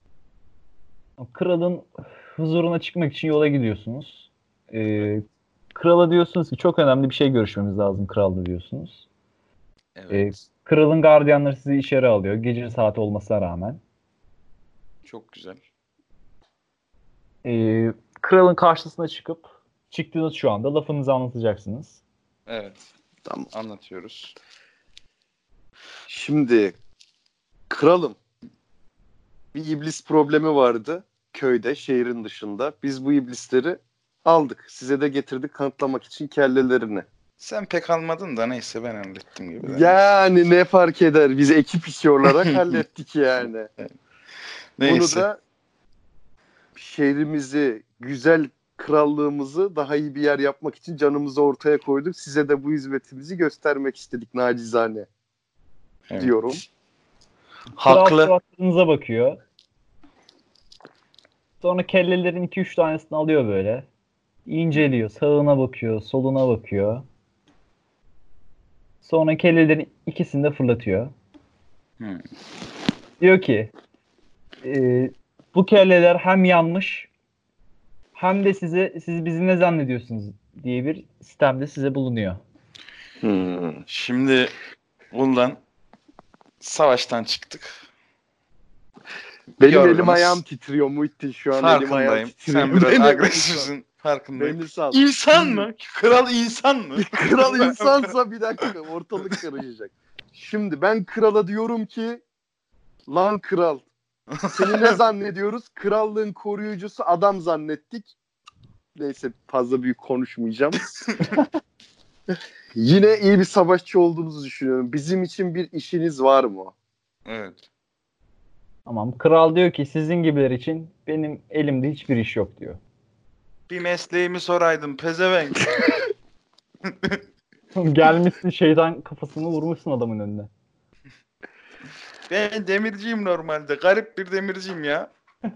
Kralın huzuruna çıkmak için yola gidiyorsunuz. Krala diyorsunuz ki çok önemli bir şey görüşmemiz lazım kralla diyorsunuz. Evet. Kralın gardiyanları sizi içeri alıyor. Gece saati olmasına rağmen. Çok güzel. Kralın karşısına çıktınız şu anda. Lafınızı anlatacaksınız. Evet. Tamam. Anlatıyoruz. Şimdi Kralım, bir iblis problemi vardı köyde, şehrin dışında. Biz bu iblisleri aldık. Size de getirdik kanıtlamak için kellelerini. Sen pek almadın da neyse ben hallettim gibi. Yani ne fark eder? Biz ekip işi olarak hallettik yani. Bunu Neyse. da şehrimizi, güzel krallığımızı daha iyi bir yer yapmak için canımızı ortaya koyduk. Size de bu hizmetimizi göstermek istedik nacizane Evet. diyorum. Kral Haklı. suratlarınıza bakıyor. Sonra kellelerin 2-3 tanesini alıyor böyle. İnceliyor. Sağına bakıyor. Soluna bakıyor. Sonra kellelerin ikisini de fırlatıyor. Hmm. Diyor ki bu kelleler hem yanlış hem de siz bizi ne zannediyorsunuz diye bir sistemde size bulunuyor. Şimdi bundan savaştan çıktık. Benim Yorgunuz. elim ayağım titriyor Muhittin şu an. Elim ayağım Farkındayım. titriyor. Sen biraz Beni- agresifsin. Farkındayım. Beni sal. İnsan mı? Kral insan mı? Kral insansa bir dakika ortalık karışacak. Şimdi ben krala diyorum ki lan kral seni ne zannediyoruz? Krallığın koruyucusu adam zannettik. Neyse fazla büyük konuşmayacağım. Yine iyi bir savaşçı olduğunuzu düşünüyorum. Bizim için bir işiniz var mı? Evet. Tamam. Kral diyor ki sizin gibiler için benim elimde hiçbir iş yok diyor. Bir mesleğimi soraydın pezevenk. Gelmişsin şeytan kafasını vurmuşsun adamın önüne. Ben demirciyim normalde. Garip bir demirciyim ya.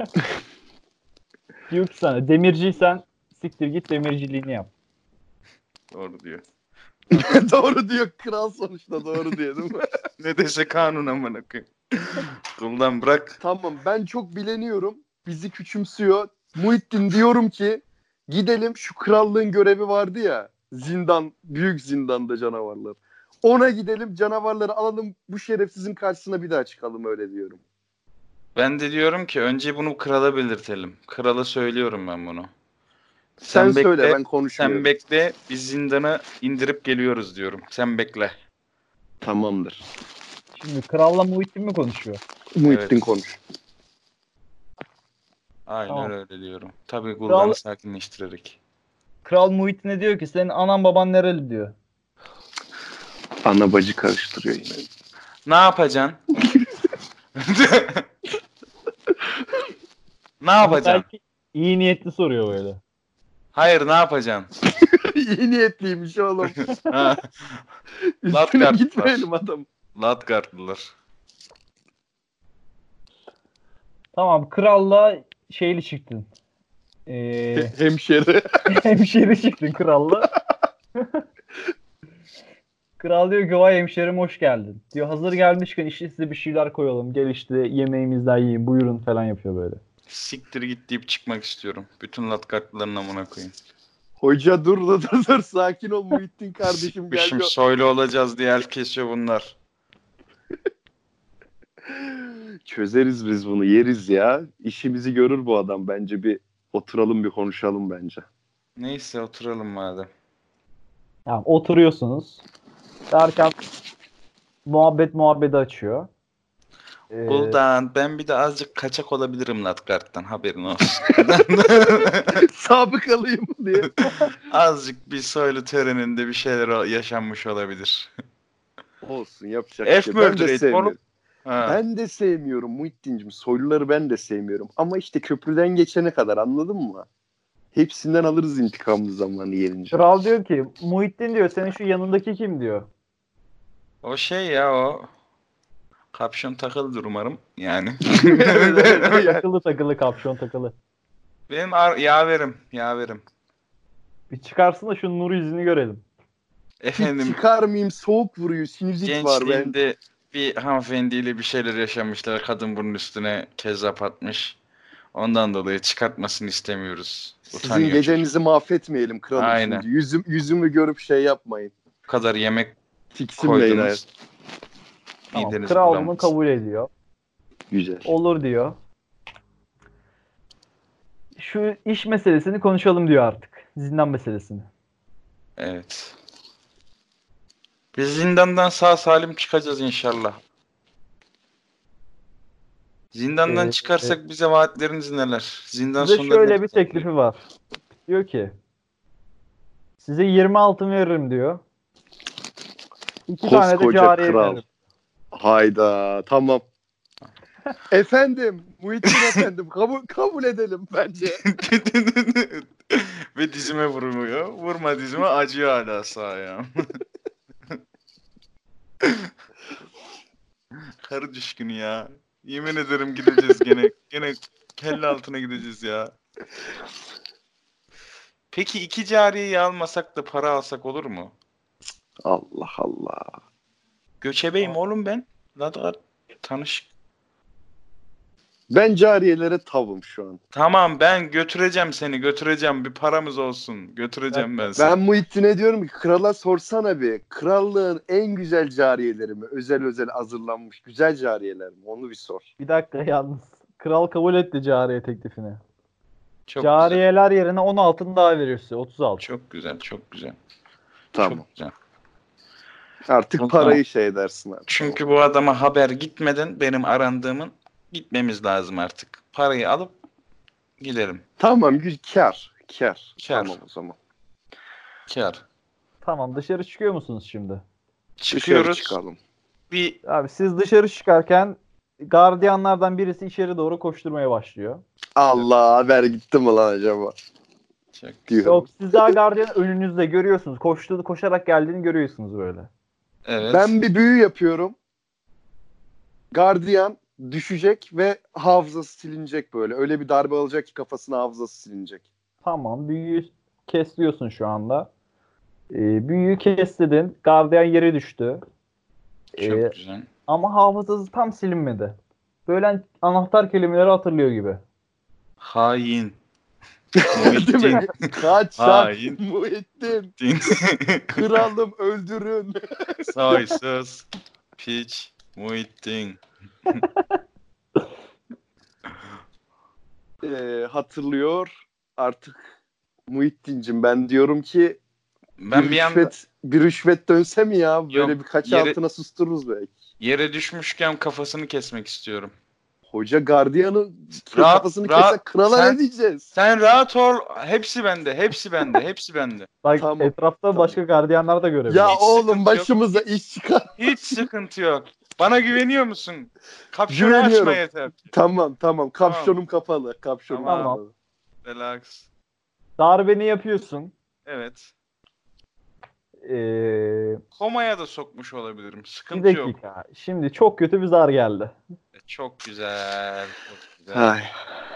Diyor ki sana demirciysen siktir git demirciliğini yap. Doğru diyor. Doğru diyor kral sonuçta doğru diyor değil mi? Ne dese kanun amına koyayım. Kuldan bırak. Tamam ben çok bileniyorum. Bizi küçümsüyor. Muhittin diyorum ki gidelim şu krallığın görevi vardı ya. Zindan, büyük zindanda canavarlar. Ona gidelim canavarları alalım bu şerefsizin karşısına bir daha çıkalım öyle diyorum. Ben de diyorum ki önce bunu krala belirtelim. Krala söylüyorum ben bunu. Sen bekle, söyle ben konuşmuyorum. Sen bekle, biz zindana indirip geliyoruz diyorum. Sen bekle. Tamamdır. Şimdi kralla Muhittin mi konuşuyor? Muhittin Evet. konuş. Aynen Tamam. öyle diyorum. Tabii Guldan'ı Kral- sakinleştirerek. Kral Muhittin'e diyor ki senin anan baban nereli diyor. Ana bacı karıştırıyor yine. Ne yapacaksın? Ne yapacaksın? Belki iyi niyetli soruyor böyle. Hayır ne yapacaksın? İyi niyetliymiş oğlum. Ha, Üstüne Latgartlar. gitmeyelim adam. Latgardlılar. Tamam kralla şeyli çıktın. Hemşeri. Hemşeri çıktın kralla. Kral diyor ki vay hemşerim hoş geldin. Diyor hazır gelmişken işte size bir şeyler koyalım. Gel işte yemeğimizden yiyin buyurun falan yapıyor böyle. Siktir git deyip çıkmak istiyorum. Bütün Latgardlıların amına koyayım. Hoca dur sakin ol Muhittin kardeşim Bizim geldi. soylu olacağız diye el kesiyor bunlar. Çözeriz biz bunu yeriz ya. İşimizi görür bu adam bence bir oturalım bir konuşalım bence. Neyse oturalım madem. Yani oturuyorsunuz. Derken muhabbeti açıyor. Guldan ben bir de azıcık kaçak olabilirim Latgard'dan haberin olsun. Sabıkalıyım diye. Azıcık bir soylu töreninde bir şeyler yaşanmış olabilir. Olsun yapacak F bir şey. mi Ben de öldüreydim sevmiyorum. oğlum? Ha. Ben de sevmiyorum Muhittin'cim. Soyluları ben de sevmiyorum. Ama işte köprüden geçene kadar anladın mı? Hepsinden alırız intikamını zamanı gelince. Kral diyor ki Muhittin diyor senin şu yanındaki kim diyor. O şey ya o. Kapşon takılıdır umarım. Yani. Takılı kapşon takılı. Benim yaverim. Bir çıkarsın da şu nur yüzünü görelim. Hiç Efendim çıkarmayayım soğuk vuruyor. Sinüzit var ben. gençliğinde bir hanımefendiyle bir şeyler yaşamışlar. Kadın bunun üstüne kezzap atmış. Ondan dolayı çıkartmasını istemiyoruz. Sizin Utanıyor gecenizi mahvetmeyelim kralım Aynen. şimdi. Yüzümü görüp şey yapmayın. Bu kadar yemek Tiksinmeyin hayır. koydunuz. Tamam, Mideniz kral bunu bulanmasın. kabul ediyor. Güzel. Olur diyor. Şu iş meselesini konuşalım diyor artık. Zindan meselesini. Evet. Biz zindandan sağ salim çıkacağız inşallah. Zindandan Ee, çıkarsak bize vaatleriniz neler? Zindan Size sonunda şöyle bir teklifi var. Diyor ki size 20 altın veririm diyor. 2 tane de Koskoca cariye kral. veririm. Hayda, tamam. Efendim, Muhittin efendim, kabul edelim bence. Ve dizime vurmuyor. Vurma dizime, acıyor hala sağ ayağım. Karı düşkünü ya. Yemin ederim gideceğiz gene. Gene kelle altına gideceğiz ya. Peki 2 cariyeyi almasak da para alsak olur mu? Allah Allah. Göçebeyim oğlum ben. La tanış. Ben cariyelere tavım şu an. Tamam, ben götüreceğim seni, götüreceğim. Bir paramız olsun. Götüreceğim ben seni. Ben Muhittin'e diyorum ki krala sorsana bir. Krallığın en güzel cariyeleri mi? Özel hazırlanmış güzel cariyeler mi? Onu bir sor. Bir dakika yalnız. Kral kabul etti cariye teklifini. Çok güzel. Cariyeler yerine 10 altın daha veriyor size. 30 altın. Çok güzel, çok güzel. Tamam. Çok güzel. Artık O parayı şey edersin artık. Çünkü bu adama haber gitmeden benim arandığımın gitmemiz lazım artık. Parayı alıp gidelim. Tamam, kar. Kar. Tamam o zaman. Kar. Tamam, dışarı çıkıyor musunuz şimdi? Dışarı Çıkıyoruz. çıkalım. Bir Abi siz dışarı çıkarken gardiyanlardan birisi içeri doğru koşturmaya başlıyor. Allah, haber gitti mi lan acaba? Diyorum. Yok, siz daha gardiyanın önünüzde görüyorsunuz. Koşarak geldiğini görüyorsunuz böyle. evet. Ben bir büyü yapıyorum. Gardiyan düşecek ve hafızası silinecek böyle. Öyle bir darbe alacak ki kafasına hafızası silinecek. Tamam, büyüyü kesiyorsun şu anda. Büyüyü kestin. Gardiyan yere düştü. Çok güzel. Ama hafızası tam silinmedi. Böyle anahtar kelimeleri hatırlıyor gibi. Hain. Değil mi? Kaç Hain. Muhittin. Kralım öldürün. Soysuz. Piç. Muhittin. Hatırlıyor artık Muhittin'cim, ben diyorum ki Ben bir anda bir rüşvet dönse mi ya? Böyle Yok, birkaç yere- altına sustururuz belki. yere düşmüşken kafasını kesmek istiyorum. Hoca gardiyanı Rahat- kafasını rahat- kesen krala sen- ne diyeceğiz? Sen rahat ol. Hepsi bende. Hepsi bende. Hepsi bende. Bak Tamam, etrafta tamam. başka gardiyanlar da görebiliyor. Ya Hiç sıkıntı oğlum yok. başımıza iş çıkar. Hiç sıkıntı yok. Bana güveniyor musun? Kapşonu Güveniyorum. açma yeter. Tamam. Kapşonum kapalı. Kapşonum Tamam. kapalı. Relax. Darbeni yapıyorsun. Evet. Ee, Komaya da sokmuş olabilirim. bir Sıkıntı yok. dakika. Şimdi çok kötü bir zar geldi. Çok güzel. Çok güzel. Ay.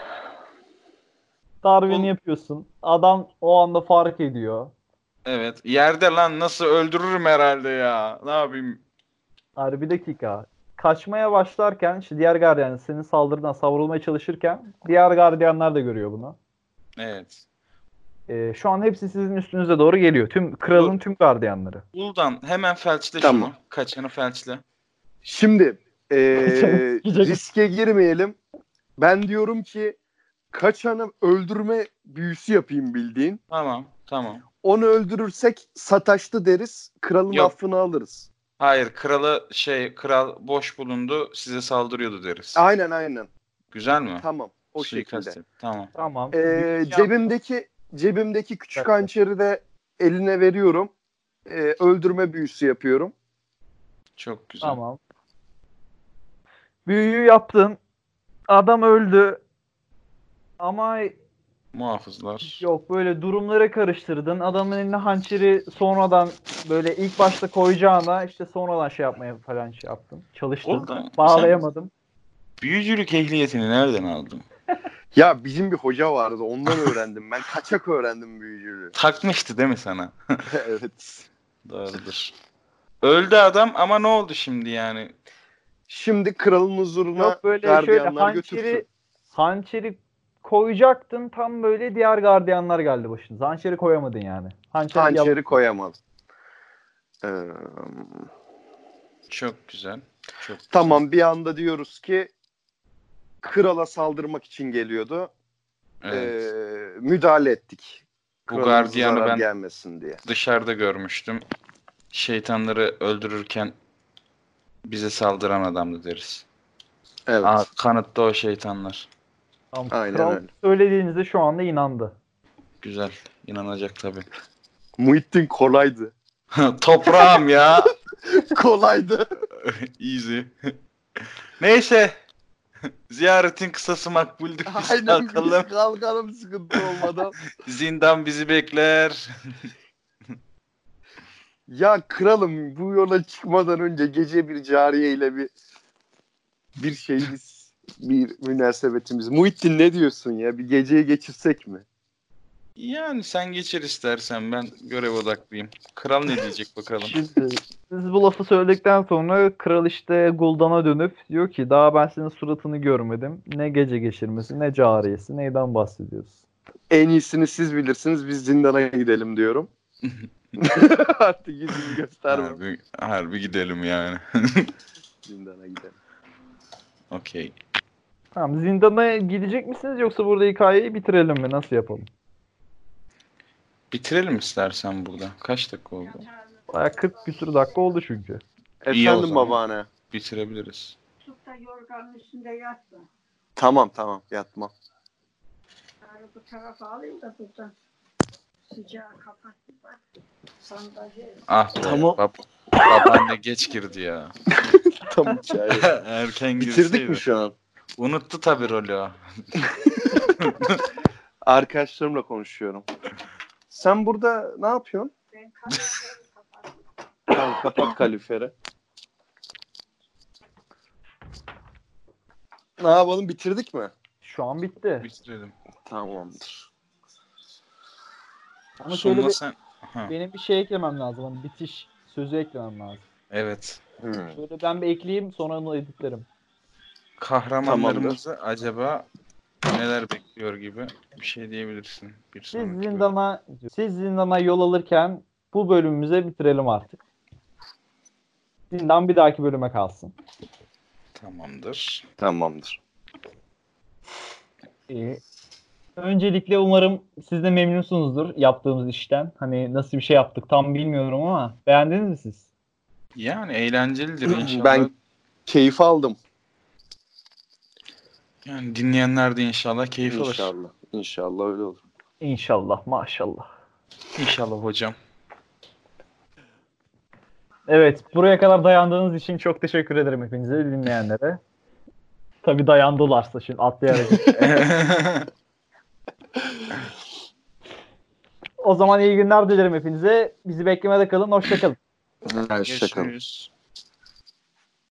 Darbeni Ol- yapıyorsun. Adam o anda fark ediyor. Evet. Yerde lan nasıl öldürürüm herhalde ya. Ne yapayım? Abi bir dakika. Kaçmaya başlarken işte diğer gardiyan senin saldırıdan savrulmaya çalışırken diğer gardiyanlar da görüyor bunu. Evet. Şu an hepsi sizin üstünüze doğru geliyor. Tüm kralın tüm gardiyanları. Buldan hemen felçle Tamam. şunu. Kaçanı felçle. Şimdi Gidecek. riske girmeyelim. Ben diyorum ki kaçanı öldürme büyüsü yapayım bildiğin. Tamam. Onu öldürürsek sataştı deriz. Kralın Yok. affını alırız. Hayır, kral boş bulundu, size saldırıyordu deriz. Aynen. Güzel mi? Tamam. O Suikast şekilde. et. Tamam. Tamam. Cebimdeki küçük hançeri de eline veriyorum. Öldürme büyüsü yapıyorum. Çok güzel. Tamam. Büyüyü yaptın. Adam öldü. Ama Muhafızlar. yok, böyle durumları karıştırdın. Adamın eline hançeri sonradan böyle ilk başta koyacağına işte sonradan şey yapmaya falan şey yaptın. Çalıştın. Orada Bağlayamadım. büyücülük ehliyetini nereden aldın? Ya bizim bir hoca vardı. Ondan öğrendim. Ben kaçak öğrendim büyücülüğü. Takmıştı değil mi sana? Evet. Doğrudur. Öldü adam ama ne oldu şimdi yani? Şimdi kralın huzuruna Yok, böyle şöyle gardiyanlar götürsün. hançeri koyacaktın, tam böyle diğer gardiyanlar geldi başınıza. Hançeri koyamadın yani. Hançeri koyamaz. Çok güzel. Çok güzel. Tamam, bir anda diyoruz ki krala saldırmak için geliyordu. Evet. Müdahale ettik. Bu Kralımıza gardiyanı zarar ben gelmesin diye. dışarıda görmüştüm. Şeytanları öldürürken bize saldıran adamdı deriz. Evet. Kanıtta o şeytanlar. Tamam, Aynen kral öyle. söylediğinizde şu anda inandı. Güzel. İnanacak tabii. Muhittin kolaydı. Toprağım ya. Kolaydı. Easy. Neyse. Ziyaretin kısası makbuldür. Biz Aynen biz kalkalım. kalkalım sıkıntı olmadan. Zindan bizi bekler. Ya kralım bu yola çıkmadan önce gece bir cariye ile bir şeyimiz, bir münasebetimiz. Muhittin ne diyorsun ya? Bir geceyi geçirsek mi? Yani sen geçir istersen, ben görev odaklıyım. Kral ne diyecek bakalım. Şimdi siz bu lafı söyledikten sonra kral işte Gul'dan'a dönüp diyor ki daha ben senin suratını görmedim. Ne gece geçirmesi ne cariyesi neyden bahsediyorsun? En iyisini siz bilirsiniz. Biz zindana gidelim diyorum. Artık yüzümü göstermem. Harbi gidelim yani. Zindana gidelim. Okey. Tamam, zindana gidecek misiniz yoksa burada hikayeyi bitirelim mi? Nasıl yapalım? Bitirelim istersen burada. Kaç dakika oldu? Baya 40 küsur dakika oldu çünkü. İyi o Efendim zaman. babaanne. Bitirebiliriz. Tut da yorganın üstünde yatma. Tamam yatmam. Yani bu tarafa alayım da buradan sıcağı kapat. Bak sandalye. Ah be. Tamam. Babaanne geç girdi ya. Tamam çay. Erken Bitirdik girseydi. mi şu an? Unuttu tabii rolü o. Arkadaşlarımla konuşuyorum. Sen burada ne yapıyorsun? Ben kaloriferimi kapattım. Tamam kapat kaloriferi. Ne yapalım bitirdik mi? Şu an bitti. Bitirelim. Tamamdır. Ama şöyle Sonunda bir, sen... Ha, benim bir şey eklemem lazım. Hani bitiş sözü eklemem lazım. evet. Şöyle ben bir ekleyeyim sonra onu editlerim. Kahramanlarımızı acaba neler bekliyor gibi bir şey diyebilirsin. Bir Siz sonraki bölüm. zindana yol alırken bu bölümümüze bitirelim artık. Zindan bir dahaki bölüme kalsın. Tamamdır. Tamamdır. Öncelikle umarım siz de memnunsunuzdur yaptığımız işten. Hani nasıl bir şey yaptık tam bilmiyorum ama beğendiniz mi siz? Yani eğlencelidir inşallah. Ben keyif aldım. Yani dinleyenler de inşallah keyif alır. İnşallah. İnşallah öyle olur. İnşallah, maşallah. İnşallah hocam. Evet, buraya kadar dayandığınız için çok teşekkür ederim hepinize, dinleyenlere. Tabii dayandılarsa şimdi atlayarak. O zaman iyi günler dilerim hepinize. Bizi beklemede kalın, hoşça kalın. Hoşçakalın. Görüşürüz.